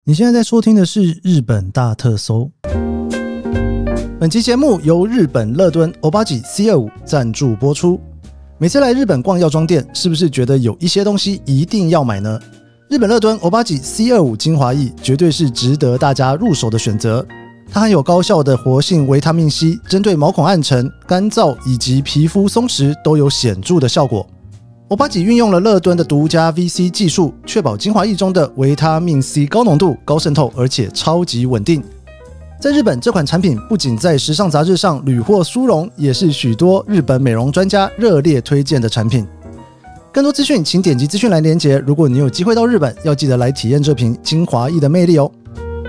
你现在在收听的是日本大特搜。本期节目由日本乐敦欧巴吉 C25 赞助播出。每次来日本逛药妆店，是不是觉得有一些东西一定要买呢？日本乐敦欧巴吉 C25 精华液绝对是值得大家入手的选择。它含有高效的活性维他命 C， 针对毛孔暗沉、干燥以及皮肤松弛都有显著的效果。欧巴吉运用了乐敦的独家 VC 技术，确保精华液中的维他命 C 高浓度、高渗透，而且超级稳定。在日本，这款产品不仅在时尚杂志上屡获殊荣，也是许多日本美容专家热烈推荐的产品。更多资讯请点击资讯栏连结。如果你有机会到日本，要记得来体验这瓶精华液的魅力哦。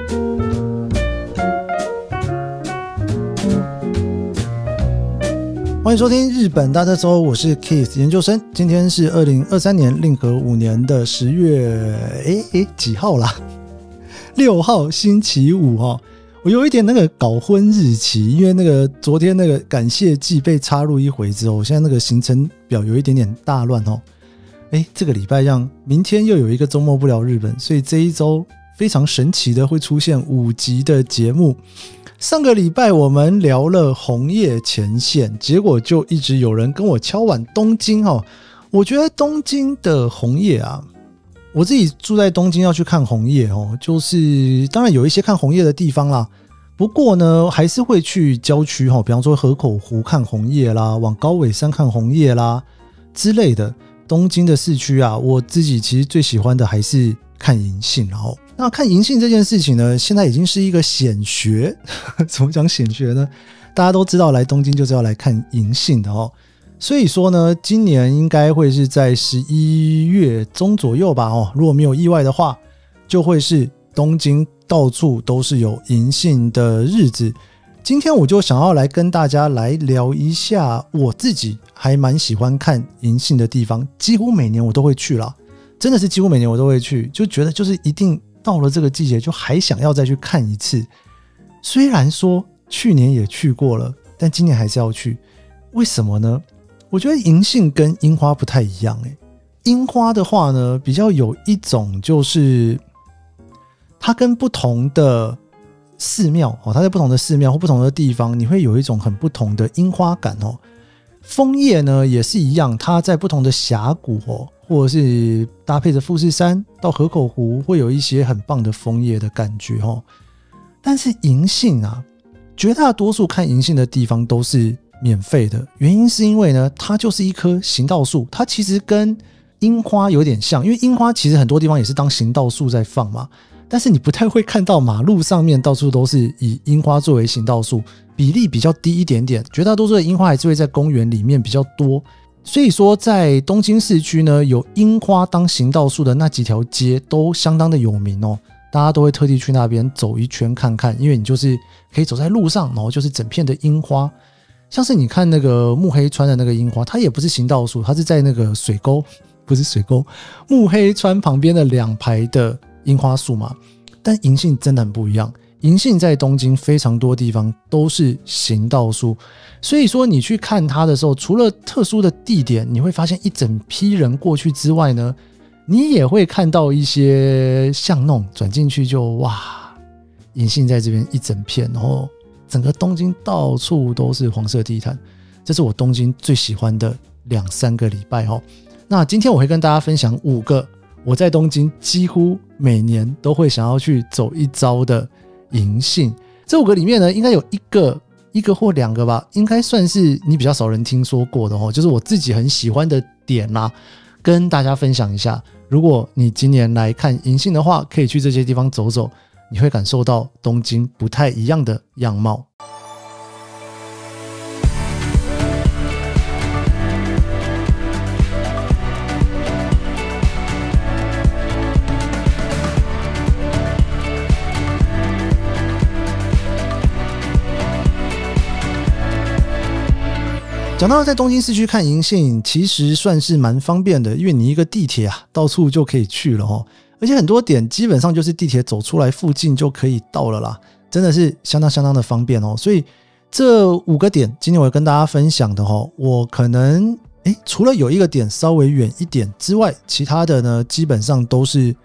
欢迎收听日本大特搜，我是 Keith 研究生。今天是2023年令和5年的10月几号啦？6号星期五哦。我有一点那个搞混日期，因为那个昨天那个感谢祭被插入一回之后，现在那个行程表有一点点大乱哦。这个礼拜让明天又有一个周末不聊日本，所以这一周非常神奇的会出现5集的节目。上个礼拜我们聊了红叶前线，结果就一直有人跟我敲碗东京哦。我觉得东京的红叶啊，我自己住在东京要去看红叶哦，就是当然有一些看红叶的地方啦，不过呢还是会去郊区哦，比方说河口湖看红叶啦，往高尾山看红叶啦之类的。东京的市区啊，我自己其实最喜欢的还是看银杏。然后那看银杏这件事情呢，现在已经是一个显学怎么讲显学呢？大家都知道来东京就是要来看银杏的哦。所以说呢，今年应该会是在11月中左右吧哦，如果没有意外的话，就会是东京到处都是有银杏的日子。今天我就想要来跟大家来聊一下我自己还蛮喜欢看银杏的地方，几乎每年我都会去啦，真的是几乎每年我都会去，就觉得就是一定到了这个季节就还想要再去看一次。虽然说去年也去过了，但今年还是要去。为什么呢？我觉得银杏跟樱花不太一样樱花的话呢，比较有一种就是它跟不同的寺庙它在不同的寺庙或不同的地方，你会有一种很不同的樱花感哦。枫叶呢也是一样，它在不同的峡谷或者是搭配着富士山到河口湖，会有一些很棒的枫叶的感觉但是银杏啊，绝大多数看银杏的地方都是免费的，原因是因为呢，它就是一棵行道树，它其实跟樱花有点像，因为樱花其实很多地方也是当行道树在放嘛，但是你不太会看到马路上面到处都是以樱花作为行道树，比例比较低一点点，绝大多数的樱花还是会在公园里面比较多。所以说在东京市区呢，有樱花当行道树的那几条街都相当的有名哦，大家都会特地去那边走一圈看看，因为你就是可以走在路上，然后就是整片的樱花。像是你看那个目黑川的那个樱花，它也不是行道树，它是在那个水沟，不是水沟，目黑川旁边的2排的樱花树嘛。但银杏真的很不一样，银杏在东京非常多地方都是行道树，所以说你去看它的时候，除了特殊的地点你会发现一整批人过去之外呢，你也会看到一些巷弄，转进去就哇，银杏在这边一整片，然后整个东京到处都是黄色地毯，这是我东京最喜欢的2-3个礼拜那今天我会跟大家分享5个我在东京几乎每年都会想要去走一遭的银杏。这5个里面呢，应该有一个或2个吧，应该算是你比较少人听说过的就是我自己很喜欢的点啦，跟大家分享一下。如果你今年来看银杏的话，可以去这些地方走走，你会感受到东京不太一样的样貌。讲到在东京市区看银杏，其实算是蛮方便的，因为你一个地铁啊，到处就可以去了而且很多点基本上就是地铁走出来附近就可以到了啦，真的是相当的方便所以这5个点今天我要跟大家分享的我可能除了有一个点稍微远一点之外，其他的呢基本上都是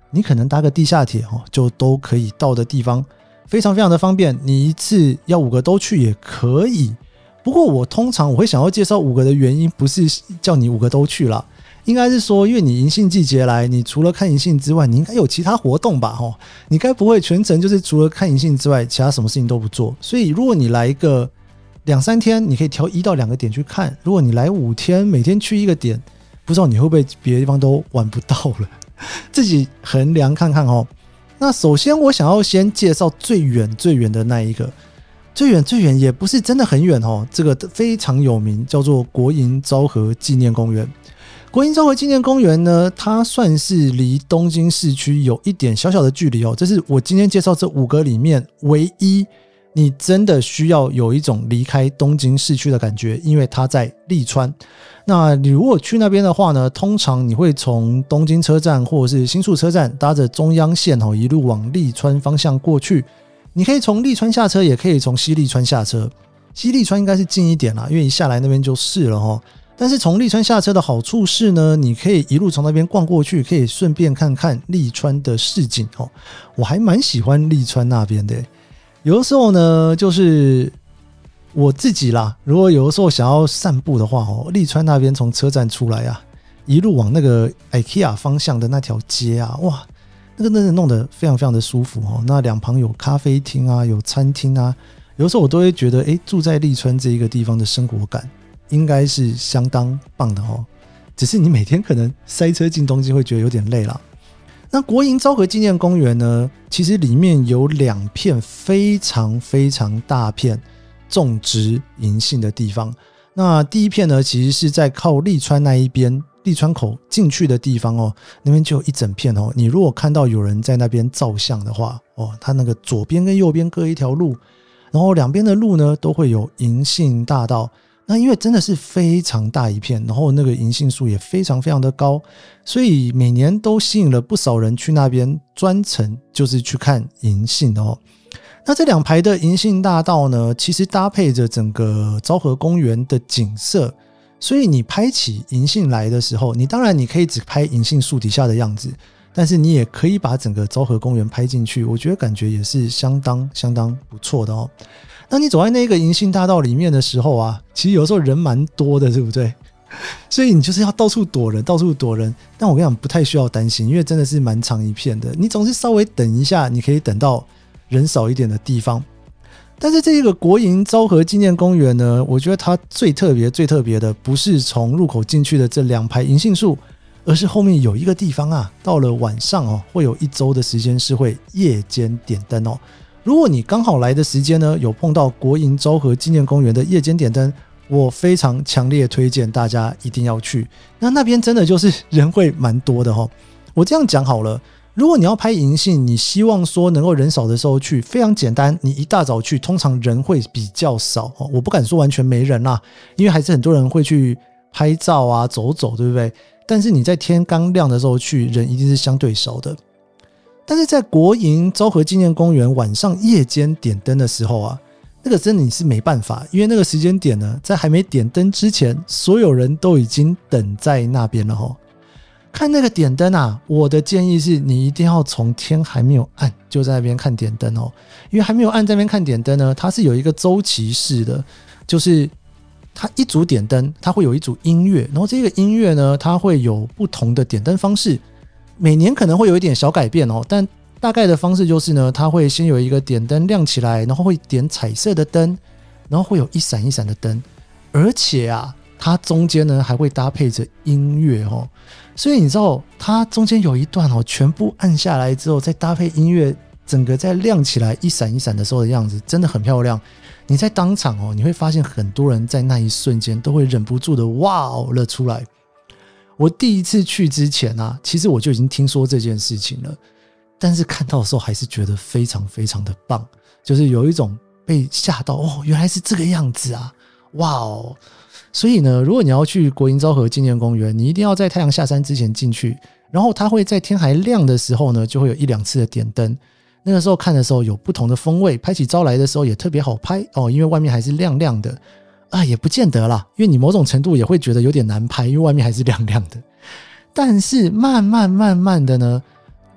你可能搭个地下铁就都可以到的地方，非常非常的方便，你一次要5个都去也可以。不过我通常会想要介绍5个的原因，不是叫你5个都去啦，应该是说因为你银杏季节来，你除了看银杏之外，你应该有其他活动吧你该不会全程就是除了看银杏之外其他什么事情都不做。所以如果你来一个2-3天，你可以挑1到2个点去看。如果你来5天，每天去1个点，不知道你会不会别的地方都玩不到了，自己衡量看看那首先我想要先介绍最远最远的那一个，最远最远也不是真的很远这个非常有名，叫做国营昭和纪念公园。国营昭和纪念公园呢，它算是离东京市区有一点小小的距离这是我今天介绍这5个里面唯一你真的需要有一种离开东京市区的感觉，因为它在立川。那你如果去那边的话呢，通常你会从东京车站或者是新宿车站搭着中央线一路往立川方向过去。你可以从立川下车，也可以从西立川下车。西立川应该是近一点啦，因为一下来那边就是了但是从立川下车的好处是呢，你可以一路从那边逛过去，可以顺便看看立川的市景我还蛮喜欢立川那边的有的时候呢，就是我自己啦，如果有的时候想要散步的话立川那边从车站出来一路往那个 IKEA 方向的那条街哇，那个真的弄得非常非常的舒服那两旁有咖啡厅有餐厅有的时候我都会觉得住在立川这一个地方的生活感应该是相当棒的只是你每天可能塞车进东京会觉得有点累啦。那国营昭和纪念公园呢，其实里面有2片非常非常大片种植银杏的地方。那第一片呢，其实是在靠立川那一边，立川口进去的地方那边就有一整片你如果看到有人在那边照相的话它那个左边跟右边各一条路，然后两边的路呢都会有银杏大道。那因为真的是非常大一片，然后那个银杏树也非常非常的高，所以每年都吸引了不少人去那边专程就是去看银杏的那这2排的银杏大道呢，其实搭配着整个昭和公园的景色，所以你拍起银杏来的时候，你当然你可以只拍银杏树底下的样子，但是你也可以把整个昭和公园拍进去，我觉得感觉也是相当相当不错的那你走在那个银杏大道里面的时候其实有时候人蛮多的，对不对？所以你就是要到处躲人，到处躲人。但我跟你讲，不太需要担心，因为真的是蛮长一片的，你总是稍微等一下，你可以等到人少一点的地方。但是这个国营昭和纪念公园呢，我觉得它最特别的不是从入口进去的这2排银杏树，而是后面有一个地方到了晚上会有1周的时间是会夜间点灯如果你刚好来的时间呢，有碰到国营昭和纪念公园的夜间点灯，我非常强烈推荐大家一定要去。那边真的就是人会蛮多的我这样讲好了，如果你要拍银杏，你希望说能够人少的时候去，非常简单，你一大早去，通常人会比较少我不敢说完全没人啦，因为还是很多人会去拍照走走，对不对？但是你在天刚亮的时候去，人一定是相对少的。但是在国营昭和纪念公园晚上夜间点灯的时候那个真的你是没办法，因为那个时间点呢，在还没点灯之前，所有人都已经等在那边了看那个点灯我的建议是你一定要从天还没有暗就在那边看点灯因为还没有暗在那边看点灯呢，它是有一个周期式的，就是它一组点灯，它会有一组音乐，然后这个音乐呢，它会有不同的点灯方式。每年可能会有一点小改变但大概的方式就是呢，它会先有一个点灯亮起来，然后会点彩色的灯，然后会有一闪一闪的灯，而且它中间呢还会搭配着音乐所以你知道它中间有一段全部按下来之后，再搭配音乐，整个在亮起来一闪一闪的时候的样子真的很漂亮。你在当场你会发现很多人在那一瞬间都会忍不住的哇了出来。我第一次去之前其实我就已经听说这件事情了，但是看到的时候还是觉得非常非常的棒，就是有一种被吓到原来是这个样子哇所以呢，如果你要去国营昭和纪念公园，你一定要在太阳下山之前进去，然后它会在天还亮的时候呢，就会有1-2次的点灯。那个时候看的时候有不同的风味，拍起照来的时候也特别好拍因为外面还是亮亮的也不见得啦，因为你某种程度也会觉得有点难拍，因为外面还是亮亮的。但是慢慢的呢，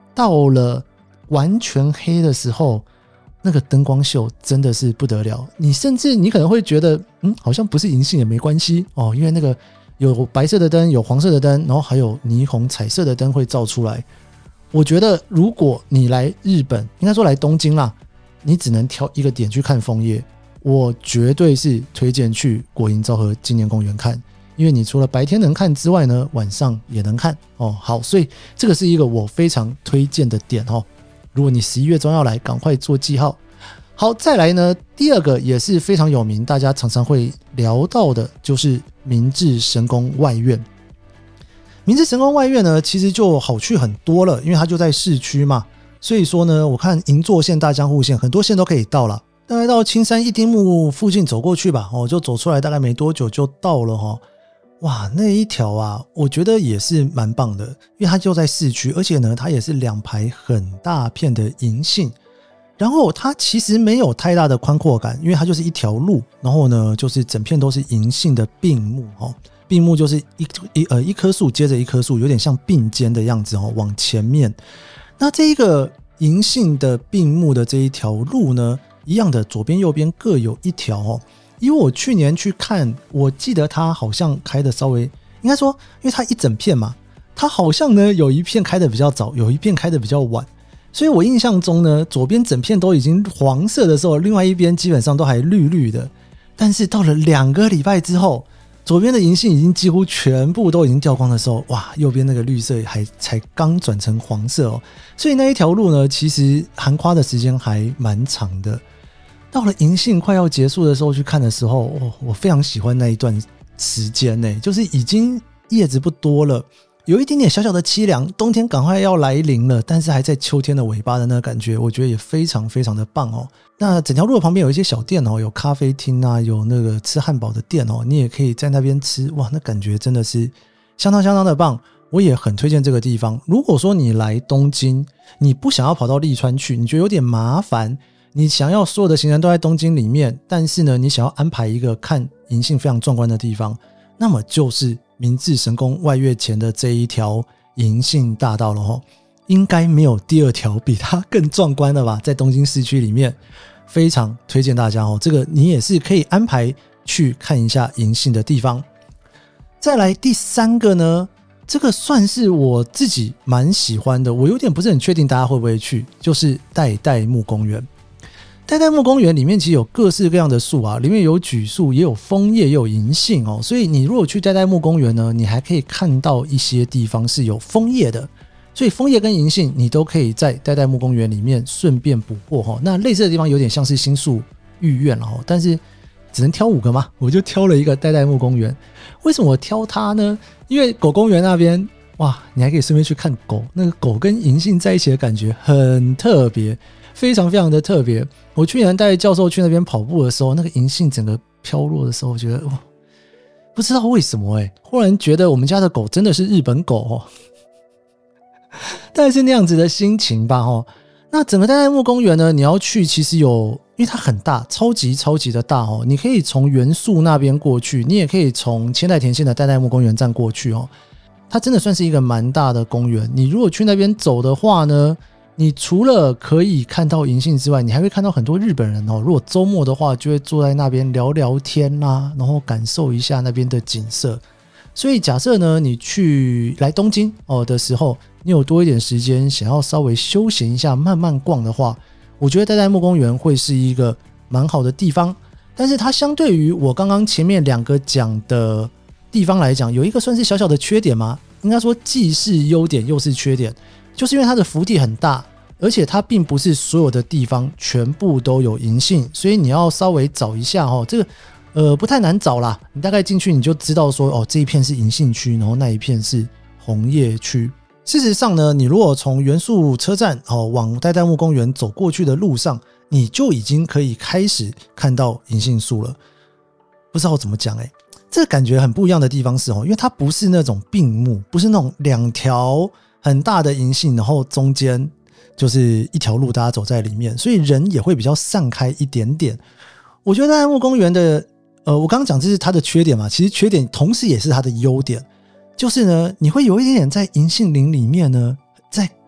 到了完全黑的时候，那个灯光秀真的是不得了。甚至你可能会觉得好像不是银杏也没关系哦，因为那个有白色的灯，有黄色的灯，然后还有霓虹彩色的灯会照出来。我觉得如果你来日本，应该说来东京啦，你只能挑一个点去看枫叶，我绝对是推荐去果蝇昭和纪念公园看，因为你除了白天能看之外呢，晚上也能看哦。好，所以这个是一个我非常推荐的点哦。如果你11月中要来，赶快做记号。好，再来呢，第二个也是非常有名，大家常常会聊到的，就是明治神宫外苑。明治神宫外苑呢，其实就好去很多了，因为它就在市区嘛，所以说呢，我看银座线、大江户线很多线都可以到了，大概到青山一丁目附近走过去吧，就走出来大概没多久就到了哈。哇，那一条啊，我觉得也是蛮棒的，因为它就在市区，而且呢，它也是2排很大片的银杏，然后它其实没有太大的宽阔感，因为它就是一条路，然后呢，就是整片都是银杏的并木哈。并木就是一棵树接着一棵树，有点像并肩的样子往前面。那这一个银杏的并木的这一条路呢，一样的左边右边各有一条因为我去年去看，我记得它好像开的稍微，应该说，因为它一整片嘛，它好像呢有一片开的比较早，有一片开的比较晚，所以我印象中呢，左边整片都已经黄色的时候，另外一边基本上都还绿绿的。但是到了2个礼拜之后，左边的银杏已经几乎全部都已经掉光的时候，哇，右边那个绿色才刚转成黄色所以那一条路呢，其实含花的时间还蛮长的。到了银杏快要结束的时候去看的时候，我非常喜欢那一段时间就是已经叶子不多了，有一点点小小的凄凉，冬天赶快要来临了，但是还在秋天的尾巴的那个感觉，我觉得也非常非常的棒那整条路的旁边有一些小店有咖啡厅啊，有那个吃汉堡的店你也可以在那边吃，哇，那感觉真的是相当相当的棒，我也很推荐这个地方。如果说你来东京，你不想要跑到立川去，你觉得有点麻烦，你想要所有的行程都在东京里面，但是呢，你想要安排一个看银杏非常壮观的地方，那么就是明治神宫外苑前的这一条银杏大道了应该没有第二条比它更壮观了吧，在东京市区里面，非常推荐大家这个你也是可以安排去看一下银杏的地方。再来第3个呢，这个算是我自己蛮喜欢的，我有点不是很确定大家会不会去，就是代代木公园。代代木公园里面其实有各式各样的树啊，里面有榉树，也有枫叶，也有银杏所以你如果去代代木公园呢，你还可以看到一些地方是有枫叶的，所以枫叶跟银杏你都可以在代代木公园里面顺便捕获那类似的地方有点像是新宿御苑了但是只能挑5个嘛，我就挑了一个代代木公园。为什么我挑它呢？因为狗公园那边哇，你还可以顺便去看狗，那个狗跟银杏在一起的感觉很特别，非常非常的特别。我去年带教授去那边跑步的时候，那个银杏整个飘落的时候，我觉得不知道为什么忽然觉得我们家的狗真的是日本狗大概是那样子的心情吧那整个代代木公园呢，你要去其实有，因为它很大，超级超级的大你可以从原宿那边过去，你也可以从千代田线的代代木公园站过去它真的算是一个蛮大的公园。你如果去那边走的话呢，你除了可以看到银杏之外，你还会看到很多日本人如果周末的话，就会坐在那边聊聊天啦，然后感受一下那边的景色。所以假设呢，你去来东京的时候，你有多一点时间想要稍微休闲一下，慢慢逛的话，我觉得代代木公园会是一个蛮好的地方。但是它相对于我刚刚前面2个讲的地方来讲，有一个算是小小的缺点吗？应该说既是优点又是缺点，就是因为它的幅地很大，而且它并不是所有的地方全部都有银杏，所以你要稍微找一下这个不太难找啦，你大概进去你就知道说这一片是银杏区，然后那一片是红叶区。事实上呢，你如果从原宿车站往代代木公园走过去的路上，你就已经可以开始看到银杏树了。不知道怎么讲这个感觉很不一样的地方是因为它不是那种并木，不是那种2条很大的银杏，然后中间就是一条路大家走在里面，所以人也会比较散开一点点。我觉得代代木公园的我刚刚讲这是它的缺点嘛，其实缺点同时也是它的优点，就是呢，你会有一点点在银杏林里面呢，在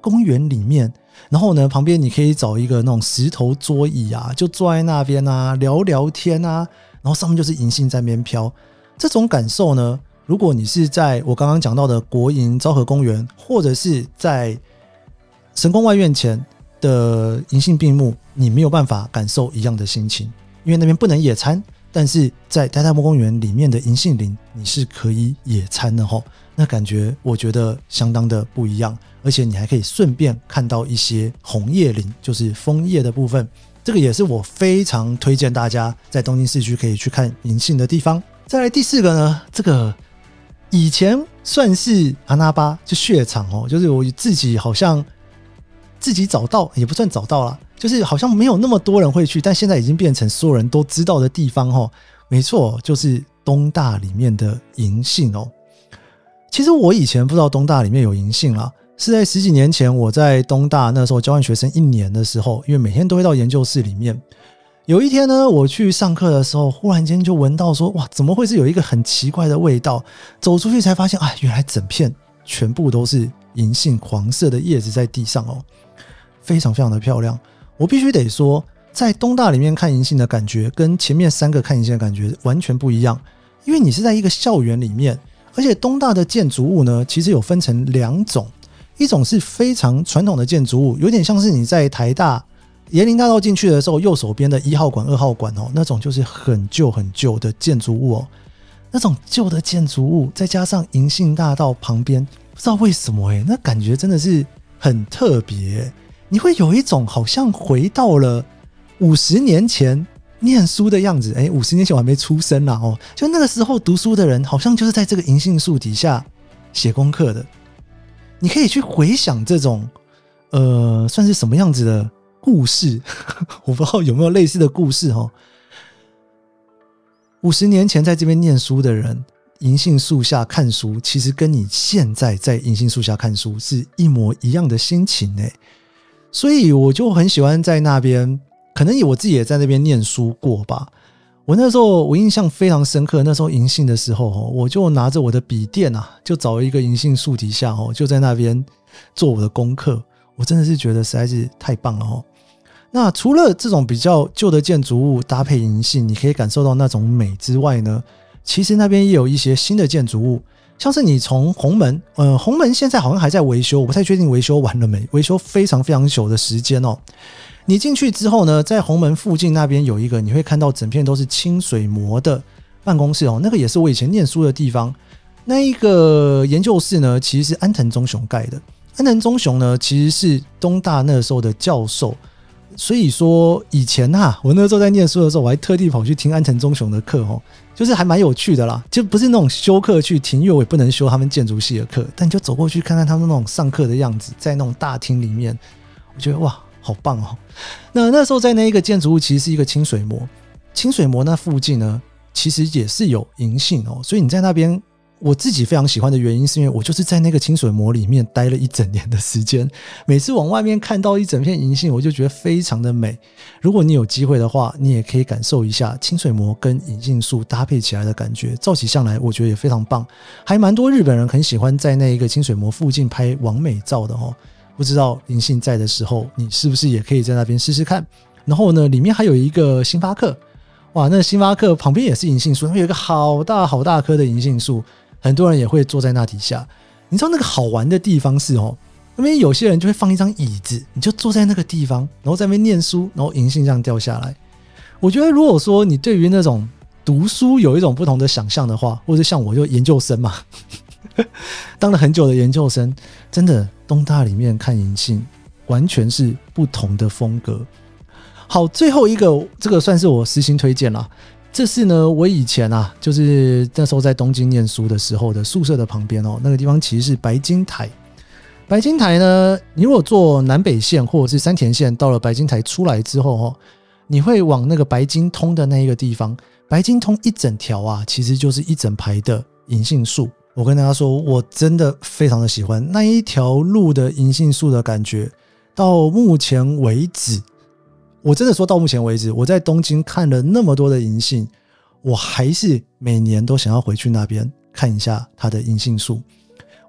公园里面，然后呢旁边你可以找一个那种石头桌椅啊，就坐在那边啊聊聊天啊，然后上面就是银杏在那边飘。这种感受呢，如果你是在我刚刚讲到的国营昭和公园，或者是在神宫外院前的银杏并木，你没有办法感受一样的心情，因为那边不能野餐，但是在代代木公园里面的银杏林你是可以野餐的吼，那感觉我觉得相当的不一样，而且你还可以顺便看到一些红叶林，就是枫叶的部分，这个也是我非常推荐大家在东京市区可以去看银杏的地方。再来第4个呢，这个以前算是阿那巴就血场哦，就是我自己好像自己找到，也不算找到啦，就是好像没有那么多人会去，但现在已经变成所有人都知道的地方哦。没错，就是东大里面的银杏哦。其实我以前不知道东大里面有银杏啦，是在10几年前我在东大那时候交换学生1年的时候，因为每天都会到研究室里面。有一天呢，我去上课的时候，忽然间就闻到说，哇，怎么会是有一个很奇怪的味道？走出去才发现，啊，原来整片全部都是银杏黄色的叶子在地上哦，非常非常的漂亮。我必须得说，在东大里面看银杏的感觉跟前面3个看银杏的感觉完全不一样，因为你是在一个校园里面，而且东大的建筑物呢，其实有分成2种，一种是非常传统的建筑物，有点像是你在台大椰林大道进去的时候，右手边的1号馆、2号馆哦，那种就是很旧很旧的建筑物哦。那种旧的建筑物，再加上银杏大道旁边，不知道为什么那感觉真的是很特别。你会有一种好像回到了50年前念书的样子。50年前我还没出生啦哦，就那个时候读书的人，好像就是在这个银杏树底下写功课的。你可以去回想这种算是什么样子的故事我不知道有没有类似的故事哦。50年前在这边念书的人，银杏树下看书，其实跟你现在在银杏树下看书是一模一样的心情所以我就很喜欢在那边，可能我自己也在那边念书过吧。我那时候我印象非常深刻，那时候银杏的时候我就拿着我的笔电啊，就找一个银杏树底下就在那边做我的功课。我真的是觉得实在是太棒了那除了这种比较旧的建筑物搭配银杏，你可以感受到那种美之外呢，其实那边也有一些新的建筑物，像是你从红门红门现在好像还在维修，我不太确定维修完了没，维修非常非常久的时间你进去之后呢，在红门附近那边有一个你会看到整片都是清水模的办公室那个也是我以前念书的地方。那一个研究室呢，其实是安藤忠雄盖的。安藤忠雄呢，其实是东大那时候的教授，所以说以前我那时候在念书的时候，我还特地跑去听安藤忠雄的课就是还蛮有趣的啦，就不是那种修课去听，因为我也不能修他们建筑系的课，但你就走过去看看他们那种上课的样子，在那种大厅里面，我觉得哇好棒那时候在那一个建筑物其实是一个清水模，清水模那附近呢其实也是有银杏所以你在那边，我自己非常喜欢的原因是因为我就是在那个清水模里面待了1整年的时间，每次往外面看到一整片银杏，我就觉得非常的美。如果你有机会的话，你也可以感受一下清水模跟银杏树搭配起来的感觉，照起相来我觉得也非常棒。还蛮多日本人很喜欢在那一个清水模附近拍完美照的不知道银杏在的时候，你是不是也可以在那边试试看。然后呢，里面还有一个星巴克，哇，那星巴克旁边也是银杏树，那边有一个好大好大棵的银杏树，很多人也会坐在那底下。你知道那个好玩的地方是那边有些人就会放一张椅子，你就坐在那个地方，然后在那边念书，然后银杏这样掉下来。我觉得如果说你对于那种读书有一种不同的想象的话，或者像我就研究生嘛当了很久的研究生，真的东大里面看银杏完全是不同的风格。好，最后一个这个算是我私心推荐啦，这是呢我以前就是那时候在东京念书的时候的宿舍的旁边那个地方其实是白金台。白金台呢，你如果坐南北线或者是山田线到了白金台出来之后你会往那个白金通的那一个地方，白金通一整条其实就是一整排的银杏树。我跟大家说，我真的非常的喜欢那一条路的银杏树的感觉。到目前为止，我真的说到目前为止，我在东京看了那么多的银杏，我还是每年都想要回去那边看一下它的银杏树。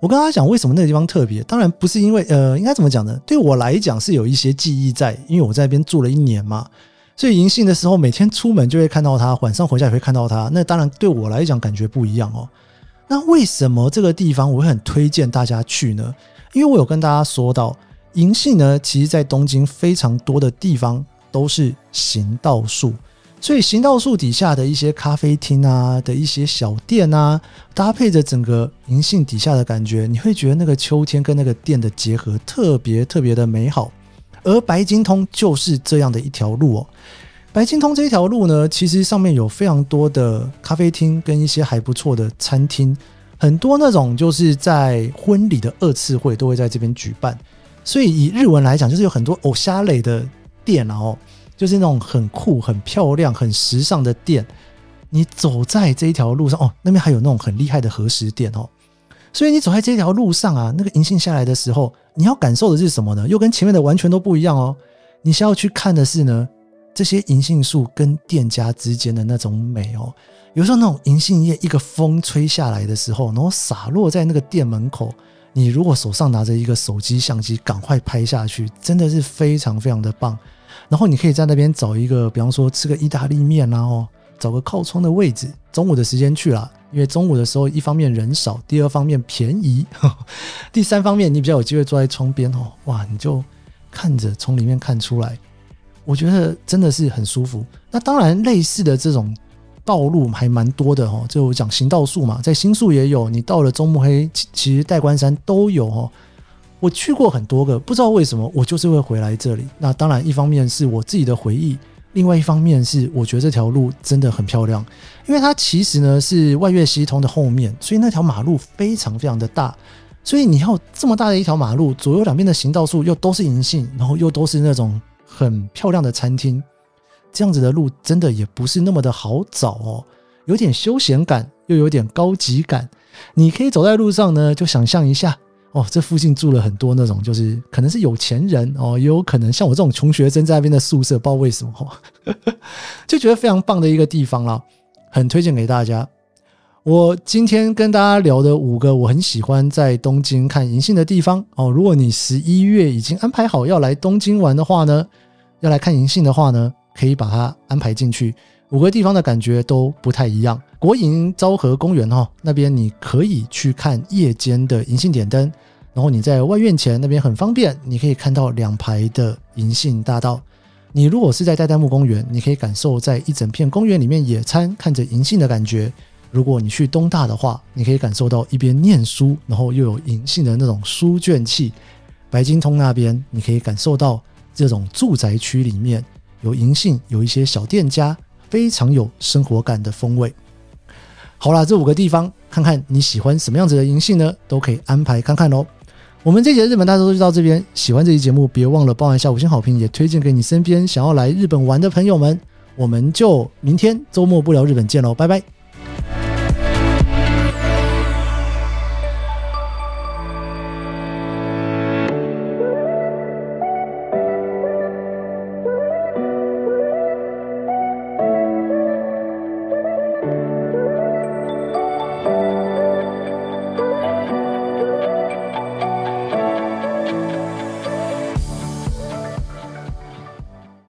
我跟他讲为什么那个地方特别，当然不是因为应该怎么讲呢？对我来讲是有一些记忆在，因为我在那边住了1年嘛，所以迎信的时候每天出门就会看到它，晚上回家也会看到它，那当然对我来讲感觉不一样哦。那为什么这个地方我会很推荐大家去呢？因为我有跟大家说到，迎信呢，其实在东京非常多的地方都是行道树，所以行道树底下的一些咖啡厅啊的一些小店啊，搭配着整个银杏底下的感觉，你会觉得那个秋天跟那个店的结合特别特别的美好。而白金通就是这样的一条路哦。白金通这一条路呢，其实上面有非常多的咖啡厅跟一些还不错的餐厅，很多那种就是在婚礼的2次会都会在这边举办，所以以日文来讲，就是有很多偶像类的店哦，就是那种很酷、很漂亮、很时尚的店。你走在这一条路上哦，那边还有那种很厉害的和食店哦。所以你走在这条路上啊，那个银杏下来的时候，你要感受的是什么呢？又跟前面的完全都不一样哦。你是要去看的是呢，这些银杏树跟店家之间的那种美哦。有时候那种银杏叶一个风吹下来的时候，然后洒落在那个店门口，你如果手上拿着一个手机相机，赶快拍下去，真的是非常非常的棒。然后你可以在那边找一个，比方说吃个意大利面啦哦，找个靠窗的位置，中午的时间去啦，因为中午的时候一方面人少，第二方面便宜，第三方面你比较有机会坐在窗边哦，哇，你就看着从里面看出来，我觉得真的是很舒服。那当然类似的这种道路还蛮多的哦，就讲行道树嘛，在新宿也有，你到了中目黑其实代官山都有哦。我去过很多个，不知道为什么我就是会回来这里。那当然一方面是我自己的回忆，另外一方面是我觉得这条路真的很漂亮，因为它其实呢是外越西通的后面，所以那条马路非常非常的大，所以你要这么大的一条马路，左右两边的行道树又都是银杏，然后又都是那种很漂亮的餐厅，这样子的路真的也不是那么的好找哦，有点休闲感又有点高级感。你可以走在路上呢，就想象一下哦，这附近住了很多那种就是可能是有钱人哦，也有可能像我这种穷学生在那边的宿舍，不知道为什么就觉得非常棒的一个地方啦，很推荐给大家。我今天跟大家聊的5个我很喜欢在东京看银杏的地方哦，如果你11月已经安排好要来东京玩的话呢，要来看银杏的话呢，可以把它安排进去。5个地方的感觉都不太一样。国营昭和公园哦，那边你可以去看夜间的银杏点灯，然后你在外院前那边很方便，你可以看到2排的银杏大道。你如果是在代代木公园，你可以感受在一整片公园里面野餐看着银杏的感觉。如果你去东大的话，你可以感受到一边念书然后又有银杏的那种书卷气。白金通那边你可以感受到这种住宅区里面有银杏，有一些小店家，非常有生活感的风味。好啦，这5个地方看看你喜欢什么样子的银杏呢，都可以安排看看咯。我们这节日本大都就到这边，喜欢这期节目别忘了帮我按下5星好评，也推荐给你身边想要来日本玩的朋友们。我们就明天周末不聊日本见咯，拜拜。